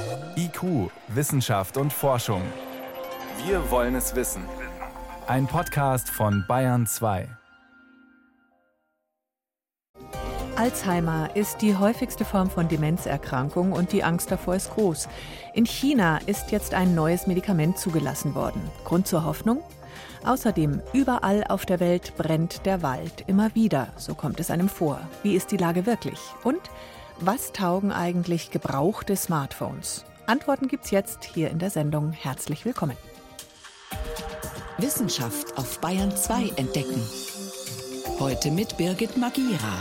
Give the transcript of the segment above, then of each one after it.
IQ, Wissenschaft und Forschung. Wir wollen es wissen. Ein Podcast von Bayern 2. Alzheimer ist die häufigste Form von Demenzerkrankung und die Angst davor ist groß. In China ist jetzt ein neues Medikament zugelassen worden. Grund zur Hoffnung? Außerdem, überall auf der Welt brennt der Wald. Immer wieder, so kommt es einem vor. Wie ist die Lage wirklich? Und was taugen eigentlich gebrauchte Smartphones? Antworten gibt's jetzt hier in der Sendung. Herzlich willkommen. Wissenschaft auf Bayern 2 entdecken. Heute mit Birgit Magira.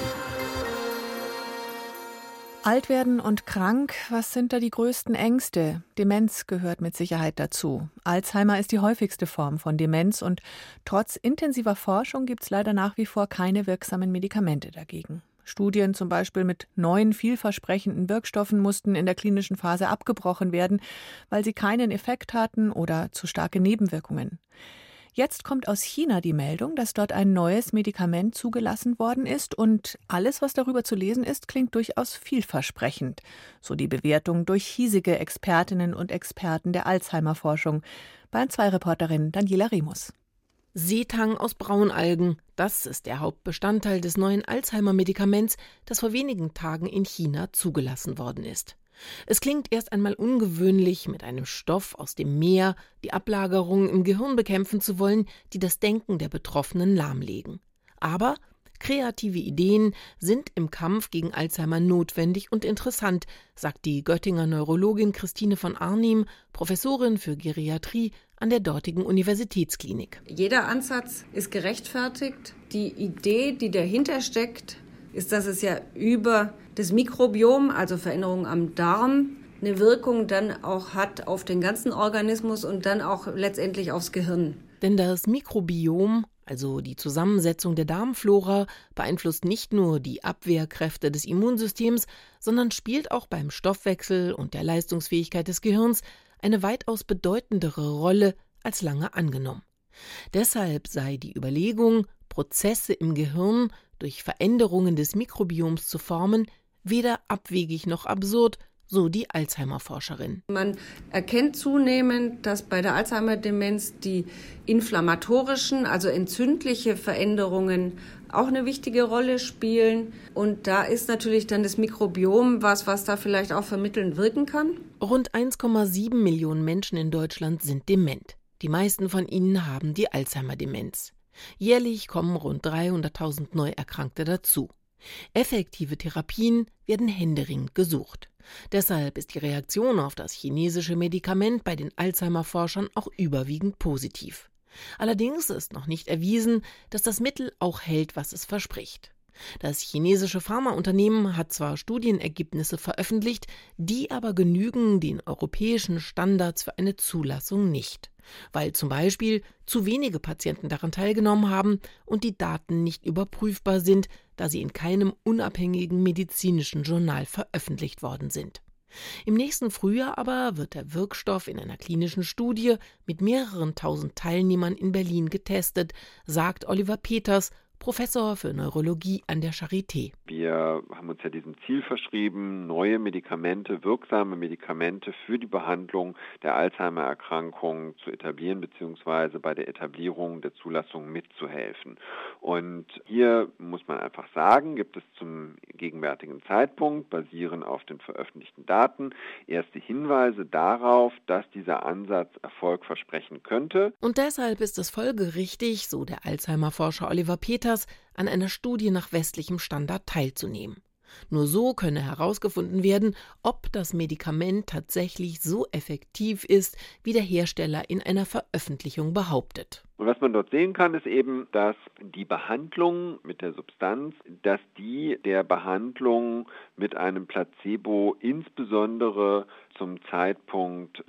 Alt werden und krank, was sind da die größten Ängste? Demenz gehört mit Sicherheit dazu. Alzheimer ist die häufigste Form von Demenz und trotz intensiver Forschung gibt es leider nach wie vor keine wirksamen Medikamente dagegen. Studien zum Beispiel mit neuen, vielversprechenden Wirkstoffen mussten in der klinischen Phase abgebrochen werden, weil sie keinen Effekt hatten oder zu starke Nebenwirkungen. Jetzt kommt aus China die Meldung, dass dort ein neues Medikament zugelassen worden ist und alles, was darüber zu lesen ist, klingt durchaus vielversprechend. So die Bewertung durch hiesige Expertinnen und Experten der Alzheimer-Forschung. Bayern 2-Reporterin Daniela Remus. Seetang aus Braunalgen, das ist der Hauptbestandteil des neuen Alzheimer-Medikaments, das vor wenigen Tagen in China zugelassen worden ist. Es klingt erst einmal ungewöhnlich, mit einem Stoff aus dem Meer die Ablagerungen im Gehirn bekämpfen zu wollen, die das Denken der Betroffenen lahmlegen. Aber kreative Ideen sind im Kampf gegen Alzheimer notwendig und interessant, sagt die Göttinger Neurologin Christine von Arnim, Professorin für Geriatrie an der dortigen Universitätsklinik. Jeder Ansatz ist gerechtfertigt. Die Idee, die dahinter steckt, ist, dass es ja über das Mikrobiom, also Veränderungen am Darm, eine Wirkung dann auch hat auf den ganzen Organismus und dann auch letztendlich aufs Gehirn. Denn das Mikrobiom, also die Zusammensetzung der Darmflora, beeinflusst nicht nur die Abwehrkräfte des Immunsystems, sondern spielt auch beim Stoffwechsel und der Leistungsfähigkeit des Gehirns eine weitaus bedeutendere Rolle als lange angenommen. Deshalb sei die Überlegung, Prozesse im Gehirn durch Veränderungen des Mikrobioms zu formen, weder abwegig noch absurd, so die Alzheimer-Forscherin. Man erkennt zunehmend, dass bei der Alzheimer-Demenz die inflammatorischen, also entzündliche Veränderungen auch eine wichtige Rolle spielen. Und da ist natürlich dann das Mikrobiom was da vielleicht auch vermittelnd wirken kann. Rund 1,7 Millionen Menschen in Deutschland sind dement. Die meisten von ihnen haben die Alzheimer-Demenz. Jährlich kommen rund 300.000 Neuerkrankte dazu. Effektive Therapien werden händeringend gesucht. Deshalb ist die Reaktion auf das chinesische Medikament bei den Alzheimer-Forschern auch überwiegend positiv. Allerdings ist noch nicht erwiesen, dass das Mittel auch hält, was es verspricht. Das chinesische Pharmaunternehmen hat zwar Studienergebnisse veröffentlicht, die aber genügen den europäischen Standards für eine Zulassung nicht, weil zum Beispiel zu wenige Patienten daran teilgenommen haben und die Daten nicht überprüfbar sind, da sie in keinem unabhängigen medizinischen Journal veröffentlicht worden sind. Im nächsten Frühjahr aber wird der Wirkstoff in einer klinischen Studie mit mehreren tausend Teilnehmern in Berlin getestet, sagt Oliver Peters, Professor für Neurologie an der Charité. Wir haben uns ja diesem Ziel verschrieben, neue Medikamente, wirksame Medikamente für die Behandlung der Alzheimer-Erkrankung zu etablieren bzw. bei der Etablierung der Zulassung mitzuhelfen. Und hier muss man einfach sagen, gibt es zum gegenwärtigen Zeitpunkt, basierend auf den veröffentlichten Daten, erste Hinweise darauf, dass dieser Ansatz Erfolg versprechen könnte. Und deshalb ist es folgerichtig, so der Alzheimer-Forscher Oliver Peters, an einer Studie nach westlichem Standard teilzunehmen. Nur so könne herausgefunden werden, ob das Medikament tatsächlich so effektiv ist, wie der Hersteller in einer Veröffentlichung behauptet. Und was man dort sehen kann, ist eben, dass die Behandlung mit der Substanz, dass die der Behandlung mit einem Placebo insbesondere zum Zeitpunkt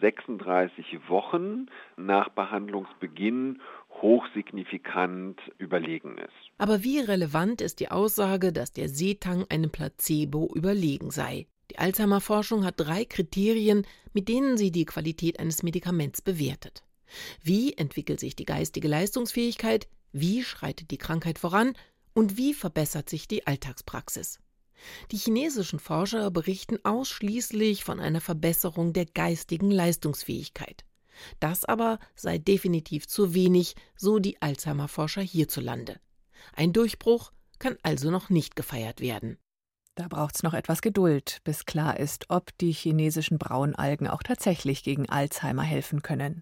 36 Wochen nach Behandlungsbeginn hochsignifikant überlegen ist. Aber wie relevant ist die Aussage, dass der Seetang einem Placebo überlegen sei? Die Alzheimer-Forschung hat 3 Kriterien, mit denen sie die Qualität eines Medikaments bewertet. Wie entwickelt sich die geistige Leistungsfähigkeit? Wie schreitet die Krankheit voran? Und wie verbessert sich die Alltagspraxis? Die chinesischen Forscher berichten ausschließlich von einer Verbesserung der geistigen Leistungsfähigkeit. Das aber sei definitiv zu wenig, so die Alzheimer-Forscher hierzulande. Ein Durchbruch kann also noch nicht gefeiert werden. Da braucht es noch etwas Geduld, bis klar ist, ob die chinesischen Braunalgen auch tatsächlich gegen Alzheimer helfen können.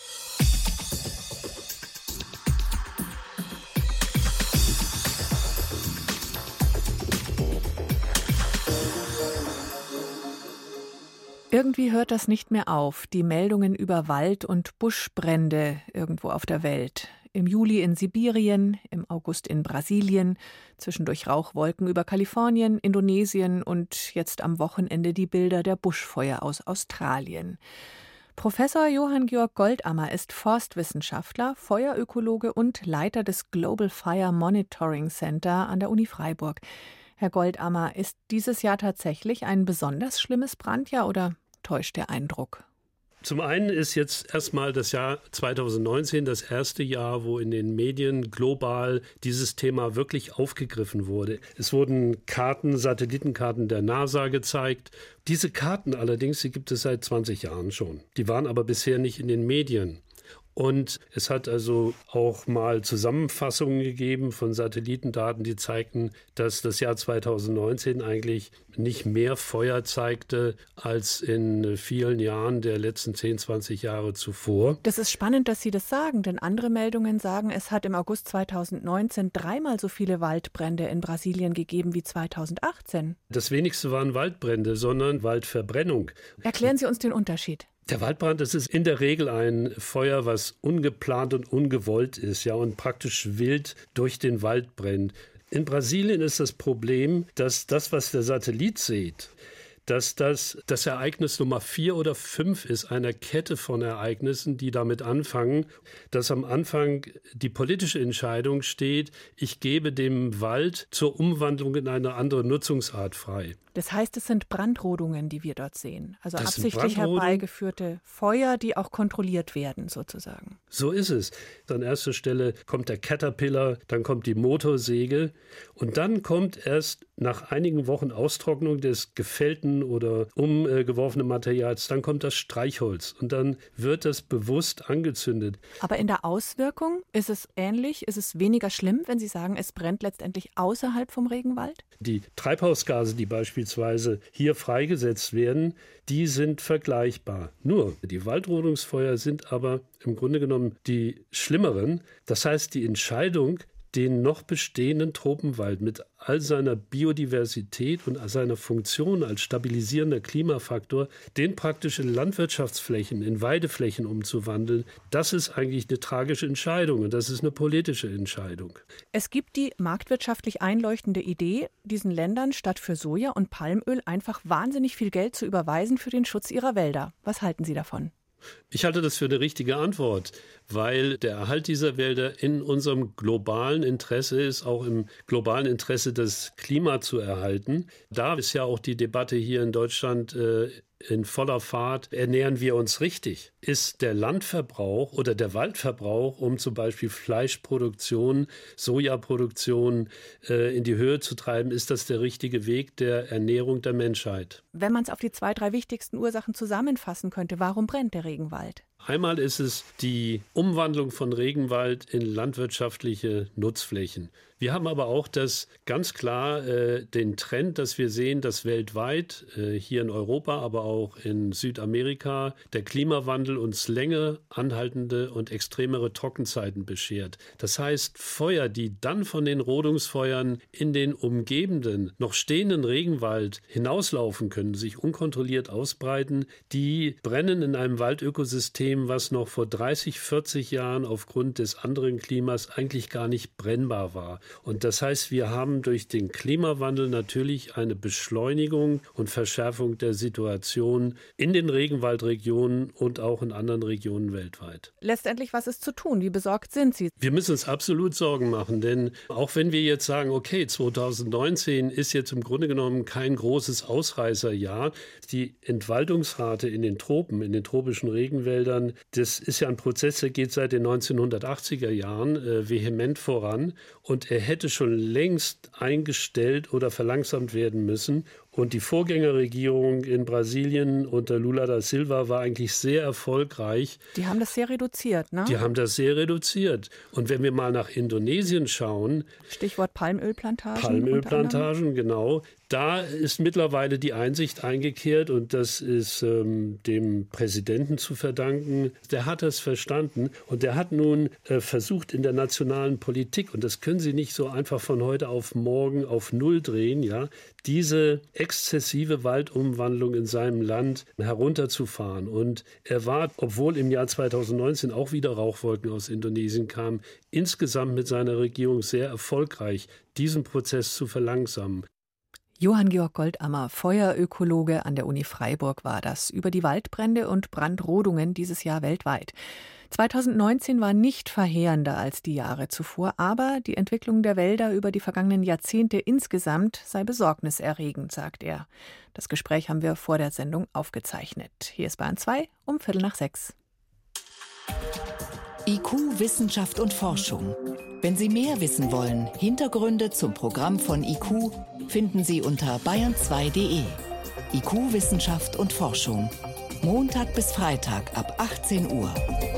Irgendwie hört das nicht mehr auf, die Meldungen über Wald- und Buschbrände irgendwo auf der Welt. Im Juli in Sibirien, im August in Brasilien, zwischendurch Rauchwolken über Kalifornien, Indonesien und jetzt am Wochenende die Bilder der Buschfeuer aus Australien. Professor Johann Georg Goldammer ist Forstwissenschaftler, Feuerökologe und Leiter des Global Fire Monitoring Center an der Uni Freiburg. Herr Goldammer, ist dieses Jahr tatsächlich ein besonders schlimmes Brandjahr oder täuscht der Eindruck? Zum einen ist jetzt erstmal das Jahr 2019 das erste Jahr, wo in den Medien global dieses Thema wirklich aufgegriffen wurde. Es wurden Karten, Satellitenkarten der NASA gezeigt. Diese Karten allerdings, die gibt es seit 20 Jahren schon. Die waren aber bisher nicht in den Medien. Und es hat also auch mal Zusammenfassungen gegeben von Satellitendaten, die zeigten, dass das Jahr 2019 eigentlich nicht mehr Feuer zeigte als in vielen Jahren der letzten 10, 20 Jahre zuvor. Das ist spannend, dass Sie das sagen, denn andere Meldungen sagen, es hat im August 2019 dreimal so viele Waldbrände in Brasilien gegeben wie 2018. Das wenigste waren Waldbrände, sondern Waldverbrennung. Erklären Sie uns den Unterschied. Der Waldbrand, das ist in der Regel ein Feuer, was ungeplant und ungewollt ist, ja, und praktisch wild durch den Wald brennt. In Brasilien ist das Problem, dass das, was der Satellit sieht, dass das Ereignis Nummer 4 oder 5 ist, einer Kette von Ereignissen, die damit anfangen, dass am Anfang die politische Entscheidung steht, ich gebe dem Wald zur Umwandlung in eine andere Nutzungsart frei. Das heißt, es sind Brandrodungen, die wir dort sehen. Also absichtlich herbeigeführte Feuer, die auch kontrolliert werden, sozusagen. So ist es. An erster Stelle kommt der Caterpillar, dann kommt die Motorsäge und dann kommt erst nach einigen Wochen Austrocknung des gefällten oder umgeworfenen Materials, dann kommt das Streichholz und dann wird das bewusst angezündet. Aber in der Auswirkung ist es ähnlich? Ist es weniger schlimm, wenn Sie sagen, es brennt letztendlich außerhalb vom Regenwald? Die Treibhausgase, die beispielsweise hier freigesetzt werden, die sind vergleichbar. Nur die Waldrodungsfeuer sind aber im Grunde genommen die schlimmeren. Das heißt, die Entscheidung, den noch bestehenden Tropenwald mit all seiner Biodiversität und seiner Funktion als stabilisierender Klimafaktor, den praktisch in Landwirtschaftsflächen, in Weideflächen umzuwandeln, das ist eigentlich eine tragische Entscheidung und das ist eine politische Entscheidung. Es gibt die marktwirtschaftlich einleuchtende Idee, diesen Ländern statt für Soja und Palmöl einfach wahnsinnig viel Geld zu überweisen für den Schutz ihrer Wälder. Was halten Sie davon? Ich halte das für eine richtige Antwort, weil der Erhalt dieser Wälder in unserem globalen Interesse ist, auch im globalen Interesse, das Klima zu erhalten. Da ist ja auch die Debatte hier in Deutschland in voller Fahrt. Ernähren wir uns richtig? Ist der Landverbrauch oder der Waldverbrauch, um zum Beispiel Fleischproduktion, Sojaproduktion in die Höhe zu treiben, ist das der richtige Weg der Ernährung der Menschheit? Wenn man es auf die 2, 3 wichtigsten Ursachen zusammenfassen könnte, warum brennt der Regenwald? Einmal ist es die Umwandlung von Regenwald in landwirtschaftliche Nutzflächen. Wir haben aber auch ganz klar den Trend, dass wir sehen, dass weltweit, hier in Europa, aber auch in Südamerika, der Klimawandel uns länger anhaltende und extremere Trockenzeiten beschert. Das heißt, Feuer, die dann von den Rodungsfeuern in den umgebenden, noch stehenden Regenwald hinauslaufen können, sich unkontrolliert ausbreiten, die brennen in einem Waldökosystem, was noch vor 30, 40 Jahren aufgrund des anderen Klimas eigentlich gar nicht brennbar war. Und das heißt, wir haben durch den Klimawandel natürlich eine Beschleunigung und Verschärfung der Situation in den Regenwaldregionen und auch in anderen Regionen weltweit. Letztendlich, was ist zu tun? Wie besorgt sind Sie? Wir müssen uns absolut Sorgen machen, denn auch wenn wir jetzt sagen, okay, 2019 ist jetzt im Grunde genommen kein großes Ausreißerjahr, die Entwaldungsrate in den Tropen, in den tropischen Regenwäldern, das ist ja ein Prozess, der geht seit den 1980er Jahren vehement voran und er hätte schon längst eingestellt oder verlangsamt werden müssen. Und die Vorgängerregierung in Brasilien unter Lula da Silva war eigentlich sehr erfolgreich. Die haben das sehr reduziert, ne? Die haben das sehr reduziert. Und wenn wir mal nach Indonesien schauen. Stichwort Palmölplantagen. Palmölplantagen, genau. Da ist mittlerweile die Einsicht eingekehrt und das ist dem Präsidenten zu verdanken. Der hat das verstanden und der hat nun versucht in der nationalen Politik, und das können Sie nicht so einfach von heute auf morgen auf Null drehen, ja, diese exzessive Waldumwandlung in seinem Land herunterzufahren. Und er war, obwohl im Jahr 2019 auch wieder Rauchwolken aus Indonesien kamen, insgesamt mit seiner Regierung sehr erfolgreich, diesen Prozess zu verlangsamen. Johann-Georg Goldammer, Feuerökologe an der Uni Freiburg war das, über die Waldbrände und Brandrodungen dieses Jahr weltweit. 2019 war nicht verheerender als die Jahre zuvor, aber die Entwicklung der Wälder über die vergangenen Jahrzehnte insgesamt sei besorgniserregend, sagt er. Das Gespräch haben wir vor der Sendung aufgezeichnet. Hier ist Bayern 2 um 5:45. IQ, Wissenschaft und Forschung. Wenn Sie mehr wissen wollen, Hintergründe zum Programm von IQ finden Sie unter bayern2.de. IQ, Wissenschaft und Forschung. Montag bis Freitag ab 18 Uhr.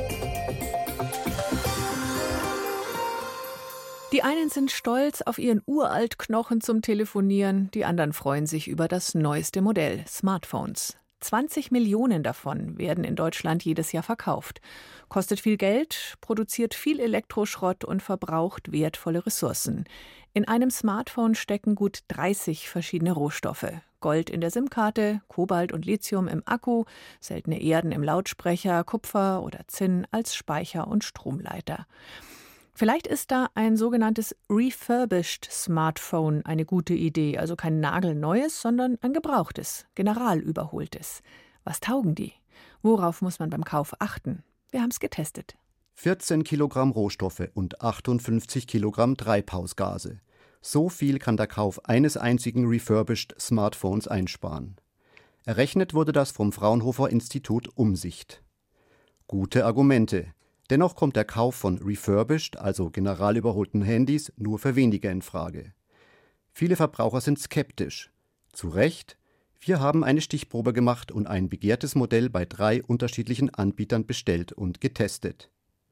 Die einen sind stolz auf ihren Uraltknochen zum Telefonieren, die anderen freuen sich über das neueste Modell, Smartphones. 20 Millionen davon werden in Deutschland jedes Jahr verkauft. Kostet viel Geld, produziert viel Elektroschrott und verbraucht wertvolle Ressourcen. In einem Smartphone stecken gut 30 verschiedene Rohstoffe. Gold in der SIM-Karte, Kobalt und Lithium im Akku, seltene Erden im Lautsprecher, Kupfer oder Zinn als Speicher und Stromleiter. Vielleicht ist da ein sogenanntes refurbished Smartphone eine gute Idee, also kein nagelneues, sondern ein gebrauchtes, generalüberholtes. Was taugen die? Worauf muss man beim Kauf achten? Wir haben es getestet. 14 Kilogramm Rohstoffe und 58 Kilogramm Treibhausgase. So viel kann der Kauf eines einzigen refurbished Smartphones einsparen. Errechnet wurde das vom Fraunhofer Institut Umsicht. Gute Argumente. Dennoch kommt der Kauf von refurbished, also generalüberholten Handys, nur für weniger in Frage. Viele Verbraucher sind skeptisch. Zu Recht, wir haben eine Stichprobe gemacht und ein begehrtes Modell bei 3 unterschiedlichen Anbietern bestellt und getestet.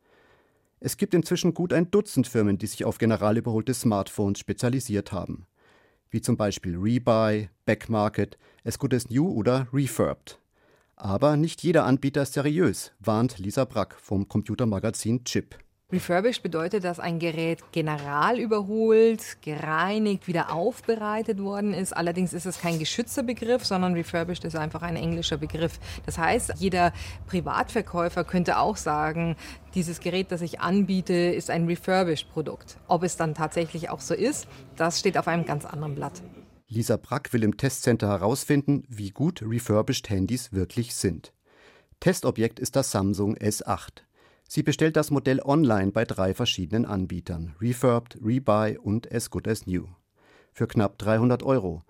Es gibt inzwischen gut ein Dutzend Firmen, die sich auf generalüberholte Smartphones spezialisiert haben. Wie zum Beispiel Rebuy, Backmarket, As Good As New oder Refurbed. Aber nicht jeder Anbieter ist seriös, warnt Lisa Brack vom Computermagazin Chip. Refurbished bedeutet, dass ein Gerät general überholt, gereinigt, wieder aufbereitet worden ist. Allerdings ist es kein geschützter Begriff, sondern Refurbished ist einfach ein englischer Begriff. Das heißt, jeder Privatverkäufer könnte auch sagen, dieses Gerät, das ich anbiete, ist ein Refurbished-Produkt. Ob es dann tatsächlich auch so ist, das steht auf einem ganz anderen Blatt. Lisa Brack will im Testcenter herausfinden, wie gut refurbished Handys wirklich sind. Testobjekt ist das Samsung S8. Sie bestellt das Modell online bei 3 verschiedenen Anbietern, Refurbed, Rebuy und As Good As New. Für knapp 300 €,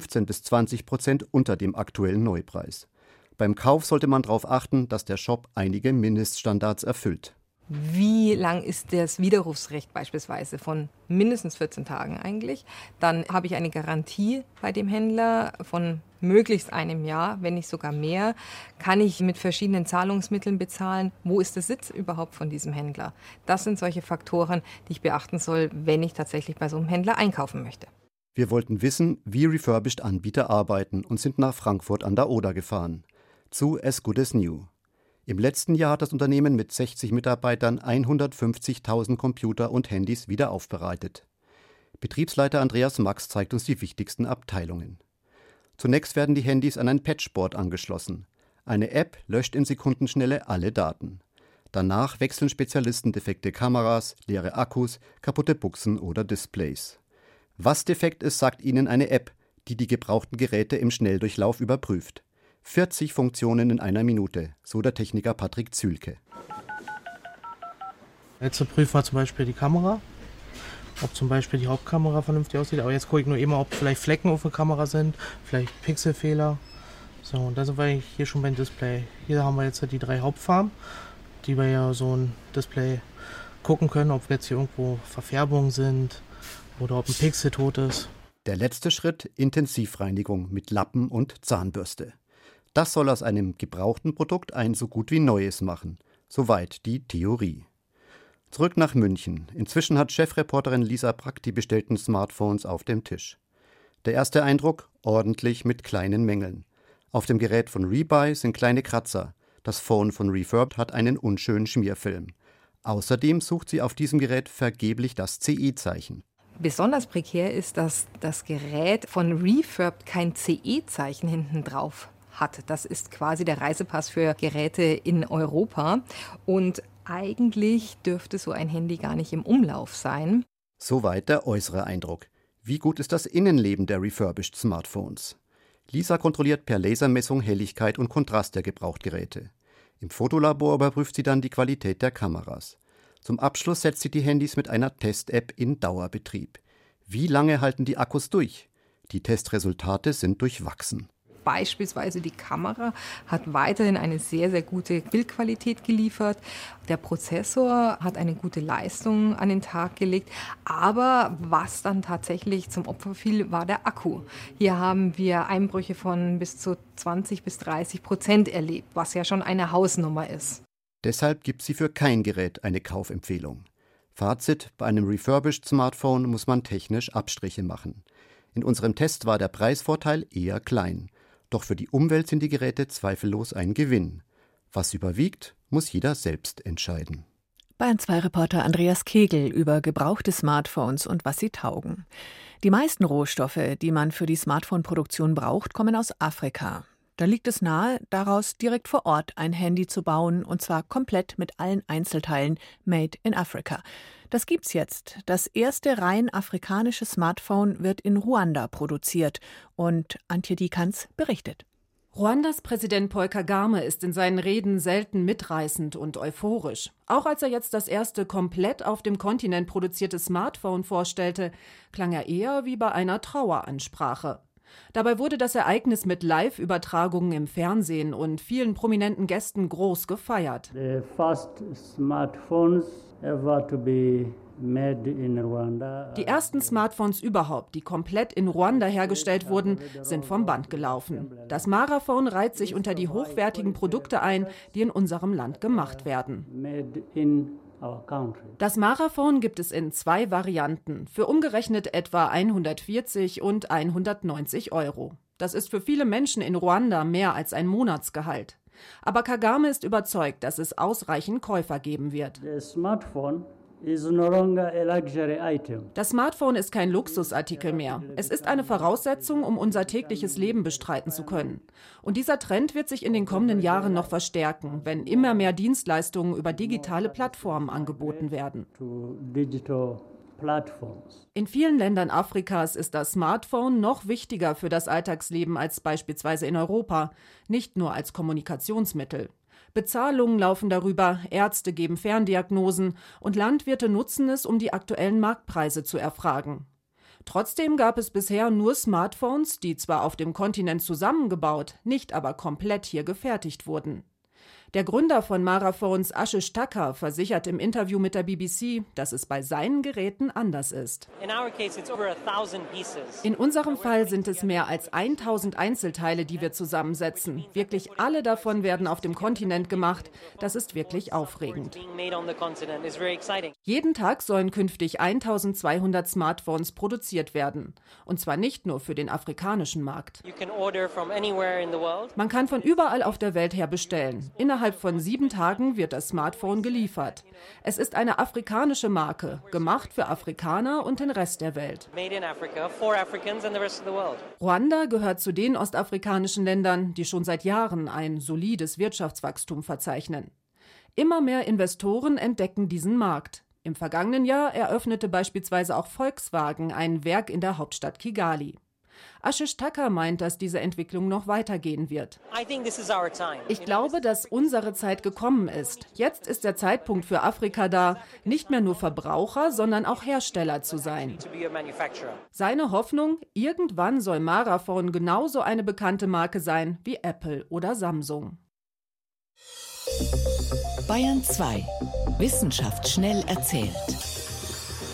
15-20% unter dem aktuellen Neupreis. Beim Kauf sollte man darauf achten, dass der Shop einige Mindeststandards erfüllt. Wie lang ist das Widerrufsrecht beispielsweise? Von mindestens 14 Tagen eigentlich. Dann habe ich eine Garantie bei dem Händler von möglichst einem Jahr, wenn nicht sogar mehr. Kann ich mit verschiedenen Zahlungsmitteln bezahlen? Wo ist der Sitz überhaupt von diesem Händler? Das sind solche Faktoren, die ich beachten soll, wenn ich tatsächlich bei so einem Händler einkaufen möchte. Wir wollten wissen, wie refurbished Anbieter arbeiten und sind nach Frankfurt an der Oder gefahren. Zu As Good As New. Im letzten Jahr hat das Unternehmen mit 60 Mitarbeitern 150.000 Computer und Handys wieder aufbereitet. Betriebsleiter Andreas Max zeigt uns die wichtigsten Abteilungen. Zunächst werden die Handys an ein Patchboard angeschlossen. Eine App löscht in Sekundenschnelle alle Daten. Danach wechseln Spezialisten defekte Kameras, leere Akkus, kaputte Buchsen oder Displays. Was defekt ist, sagt ihnen eine App, die die gebrauchten Geräte im Schnelldurchlauf überprüft. 40 Funktionen in einer Minute, so der Techniker Patrick Zühlke. Jetzt prüfen wir zum Beispiel die Kamera, ob zum Beispiel die Hauptkamera vernünftig aussieht. Aber jetzt gucke ich nur immer, ob vielleicht Flecken auf der Kamera sind, vielleicht Pixelfehler. So, und da sind wir hier schon beim Display. Hier haben wir jetzt die 3 Hauptfarben, die wir ja so ein Display gucken können, ob jetzt hier irgendwo Verfärbungen sind oder ob ein Pixel tot ist. Der letzte Schritt: Intensivreinigung mit Lappen und Zahnbürste. Das soll aus einem gebrauchten Produkt ein so gut wie neues machen. Soweit die Theorie. Zurück nach München. Inzwischen hat Chefreporterin Lisa Brack die bestellten Smartphones auf dem Tisch. Der erste Eindruck: ordentlich mit kleinen Mängeln. Auf dem Gerät von Rebuy sind kleine Kratzer. Das Phone von Refurb hat einen unschönen Schmierfilm. Außerdem sucht sie auf diesem Gerät vergeblich das CE-Zeichen. Besonders prekär ist, dass das Gerät von Refurb kein CE-Zeichen hinten drauf hat. Das ist quasi der Reisepass für Geräte in Europa. Und eigentlich dürfte so ein Handy gar nicht im Umlauf sein. Soweit der äußere Eindruck. Wie gut ist das Innenleben der refurbished Smartphones? Lisa kontrolliert per Lasermessung Helligkeit und Kontrast der Gebrauchtgeräte. Im Fotolabor überprüft sie dann die Qualität der Kameras. Zum Abschluss setzt sie die Handys mit einer Test-App in Dauerbetrieb. Wie lange halten die Akkus durch? Die Testresultate sind durchwachsen. Beispielsweise die Kamera hat weiterhin eine sehr, sehr gute Bildqualität geliefert. Der Prozessor hat eine gute Leistung an den Tag gelegt. Aber was dann tatsächlich zum Opfer fiel, war der Akku. Hier haben wir Einbrüche von bis zu 20-30% erlebt, was ja schon eine Hausnummer ist. Deshalb gibt sie für kein Gerät eine Kaufempfehlung. Fazit: Bei einem refurbished Smartphone muss man technisch Abstriche machen. In unserem Test war der Preisvorteil eher klein. Doch für die Umwelt sind die Geräte zweifellos ein Gewinn. Was überwiegt, muss jeder selbst entscheiden. Bayern 2 Reporter Andreas Kegel über gebrauchte Smartphones und was sie taugen. Die meisten Rohstoffe, die man für die Smartphone-Produktion braucht, kommen aus Afrika. Da liegt es nahe, daraus direkt vor Ort ein Handy zu bauen, und zwar komplett mit allen Einzelteilen Made in Africa. Das gibt's jetzt. Das erste rein afrikanische Smartphone wird in Ruanda produziert. Und Antje Diekanz berichtet. Ruandas Präsident Paul Kagame ist in seinen Reden selten mitreißend und euphorisch. Auch als er jetzt das erste komplett auf dem Kontinent produzierte Smartphone vorstellte, klang er eher wie bei einer Traueransprache. Dabei wurde das Ereignis mit Live-Übertragungen im Fernsehen und vielen prominenten Gästen groß gefeiert. The first smartphones ever to be made in Rwanda. Die ersten Smartphones überhaupt, die komplett in Ruanda hergestellt wurden, sind vom Band gelaufen. Das Maraphone reiht sich unter die hochwertigen Produkte ein, die in unserem Land gemacht werden. Made in Das Maraphone gibt es in 2 Varianten, für umgerechnet etwa 140 und 190 €. Das ist für viele Menschen in Ruanda mehr als ein Monatsgehalt. Aber Kagame ist überzeugt, dass es ausreichend Käufer geben wird. Das Smartphone ist kein Luxusartikel mehr. Es ist eine Voraussetzung, um unser tägliches Leben bestreiten zu können. Und dieser Trend wird sich in den kommenden Jahren noch verstärken, wenn immer mehr Dienstleistungen über digitale Plattformen angeboten werden. In vielen Ländern Afrikas ist das Smartphone noch wichtiger für das Alltagsleben als beispielsweise in Europa, nicht nur als Kommunikationsmittel. Bezahlungen laufen darüber, Ärzte geben Ferndiagnosen und Landwirte nutzen es, um die aktuellen Marktpreise zu erfragen. Trotzdem gab es bisher nur Smartphones, die zwar auf dem Kontinent zusammengebaut, nicht aber komplett hier gefertigt wurden. Der Gründer von Maraphones, Ashish Thakkar, versichert im Interview mit der BBC, dass es bei seinen Geräten anders ist. In unserem Fall sind es mehr als 1000 Einzelteile, die wir zusammensetzen. Wirklich alle davon werden auf dem Kontinent gemacht. Das ist wirklich aufregend. Jeden Tag sollen künftig 1200 Smartphones produziert werden. Und zwar nicht nur für den afrikanischen Markt. Man kann von überall auf der Welt her bestellen. Innerhalb von 7 Tagen wird das Smartphone geliefert. Es ist eine afrikanische Marke, gemacht für Afrikaner und den Rest der Welt. Ruanda gehört zu den ostafrikanischen Ländern, die schon seit Jahren ein solides Wirtschaftswachstum verzeichnen. Immer mehr Investoren entdecken diesen Markt. Im vergangenen Jahr eröffnete beispielsweise auch Volkswagen ein Werk in der Hauptstadt Kigali. Ashish Thakkar meint, dass diese Entwicklung noch weitergehen wird. Ich glaube, dass unsere Zeit gekommen ist. Jetzt ist der Zeitpunkt für Afrika da, nicht mehr nur Verbraucher, sondern auch Hersteller zu sein. Seine Hoffnung, irgendwann soll Maraphone genauso eine bekannte Marke sein wie Apple oder Samsung. Bayern 2. Wissenschaft schnell erzählt.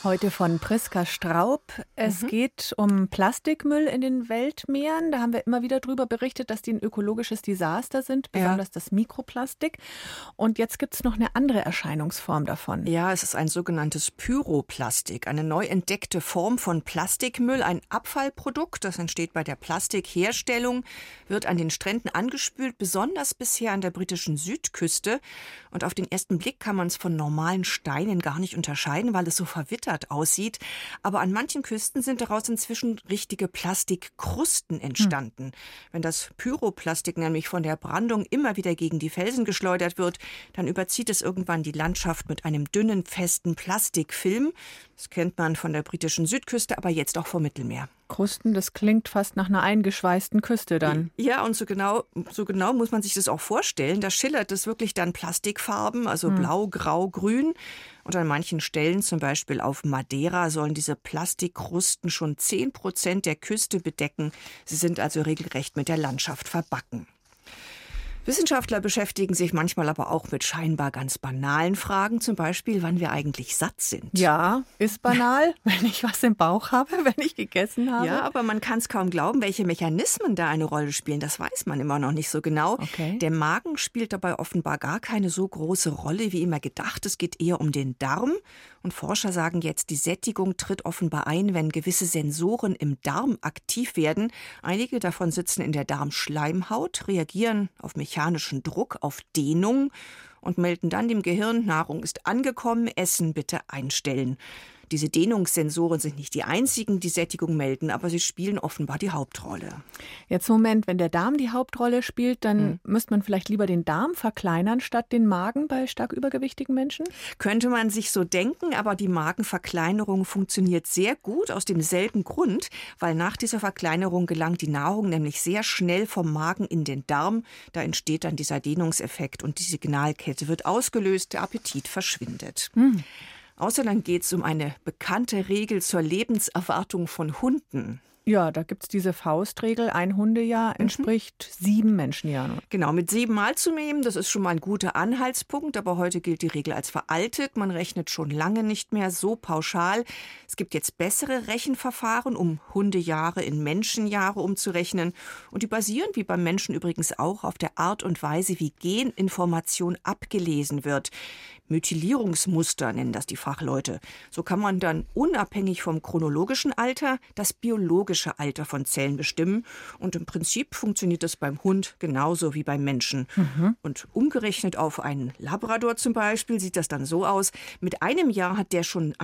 Heute von Priska Straub. Es geht um Plastikmüll in den Weltmeeren. Da haben wir immer wieder drüber berichtet, dass die ein ökologisches Desaster sind, besonders das Mikroplastik. Und jetzt gibt es noch eine andere Erscheinungsform davon. Ja, es ist ein sogenanntes Pyroplastik, eine neu entdeckte Form von Plastikmüll, ein Abfallprodukt. Das entsteht bei der Plastikherstellung, wird an den Stränden angespült, besonders bisher an der britischen Südküste. Und auf den ersten Blick kann man es von normalen Steinen gar nicht unterscheiden, weil es so verwittert aussieht. Aber an manchen Küsten sind daraus inzwischen richtige Plastikkrusten entstanden. Wenn das Pyroplastik nämlich von der Brandung immer wieder gegen die Felsen geschleudert wird, dann überzieht es irgendwann die Landschaft mit einem dünnen, festen Plastikfilm. Das kennt man von der britischen Südküste, aber jetzt auch vom Mittelmeer. Krusten, das klingt fast nach einer eingeschweißten Küste dann. Ja, und so genau muss man sich das auch vorstellen. Da schillert es wirklich dann Plastikfarben, also blau, grau, grün. Und an manchen Stellen, zum Beispiel auf Madeira, sollen diese Plastikkrusten schon 10% der Küste bedecken. Sie sind also regelrecht mit der Landschaft verbacken. Wissenschaftler beschäftigen sich manchmal aber auch mit scheinbar ganz banalen Fragen, zum Beispiel, wann wir eigentlich satt sind. Ja, ist banal, wenn ich was im Bauch habe, wenn ich gegessen habe. Ja, aber man kann es kaum glauben, welche Mechanismen da eine Rolle spielen. Das weiß man immer noch nicht so genau. Okay. Der Magen spielt dabei offenbar gar keine so große Rolle wie immer gedacht. Es geht eher um den Darm. Und Forscher sagen jetzt, die Sättigung tritt offenbar ein, wenn gewisse Sensoren im Darm aktiv werden. Einige davon sitzen in der Darmschleimhaut, reagieren auf mechanischen Druck, auf Dehnung und melden dann dem Gehirn, Nahrung ist angekommen, Essen bitte einstellen. Diese Dehnungssensoren sind nicht die einzigen, die Sättigung melden, aber sie spielen offenbar die Hauptrolle. Jetzt Moment, wenn der Darm die Hauptrolle spielt, dann müsste man vielleicht lieber den Darm verkleinern statt den Magen bei stark übergewichtigen Menschen? Könnte man sich so denken, aber die Magenverkleinerung funktioniert sehr gut aus demselben Grund, weil nach dieser Verkleinerung gelangt die Nahrung nämlich sehr schnell vom Magen in den Darm. Da entsteht dann dieser Dehnungseffekt und die Signalkette wird ausgelöst, der Appetit verschwindet. Außerdem geht es um eine bekannte Regel zur Lebenserwartung von Hunden. Ja, da gibt es diese Faustregel, ein Hundejahr entspricht 7 Menschenjahren. Genau, mit 7 Mal zu nehmen, das ist schon mal ein guter Anhaltspunkt, aber heute gilt die Regel als veraltet. Man rechnet schon lange nicht mehr so pauschal. Es gibt jetzt bessere Rechenverfahren, um Hundejahre in Menschenjahre umzurechnen. Und die basieren, wie beim Menschen übrigens auch, auf der Art und Weise, wie Geninformation abgelesen wird. Methylierungsmuster nennen das die Fachleute. So kann man dann unabhängig vom chronologischen Alter das biologische Alter von Zellen bestimmen. Und im Prinzip funktioniert das beim Hund genauso wie beim Menschen. Und umgerechnet auf einen Labrador zum Beispiel sieht das dann so aus. Mit einem Jahr hat der schon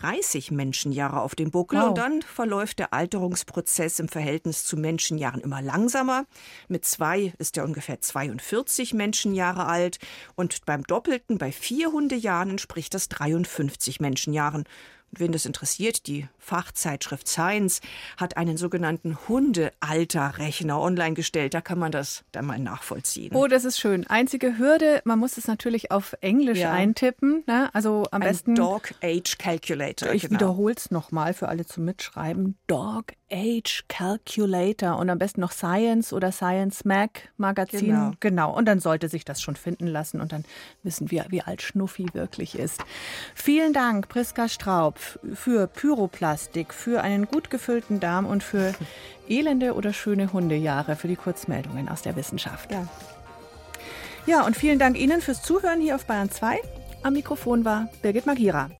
31 Menschenjahre auf dem Buckel. Wow. Und dann verläuft der Alterungsprozess im Verhältnis zu Menschenjahren immer langsamer. Mit 2 ist er ungefähr 42 Menschenjahre alt. Und beim Doppelten, bei 4 Hundejahren, entspricht das 53 Menschenjahren. Und wen das interessiert, die Fachzeitschrift Science hat einen sogenannten Hundealterrechner online gestellt. Da kann man das dann mal nachvollziehen. Oh, das ist schön. Einzige Hürde, man muss es natürlich auf Englisch eintippen. Ne? Also am besten Dog Age Calculator. Ich wiederhole es nochmal für alle zum Mitschreiben. Dog Age Calculator und am besten noch Science oder Science Mag Magazin. Genau. Und dann sollte sich das schon finden lassen und dann wissen wir, wie alt Schnuffi wirklich ist. Vielen Dank, Priska Straub, für Pyroplastik, für einen gut gefüllten Darm und für elende oder schöne Hundejahre, für die Kurzmeldungen aus der Wissenschaft. Ja, und vielen Dank Ihnen fürs Zuhören hier auf Bayern 2. Am Mikrofon war Birgit Magira.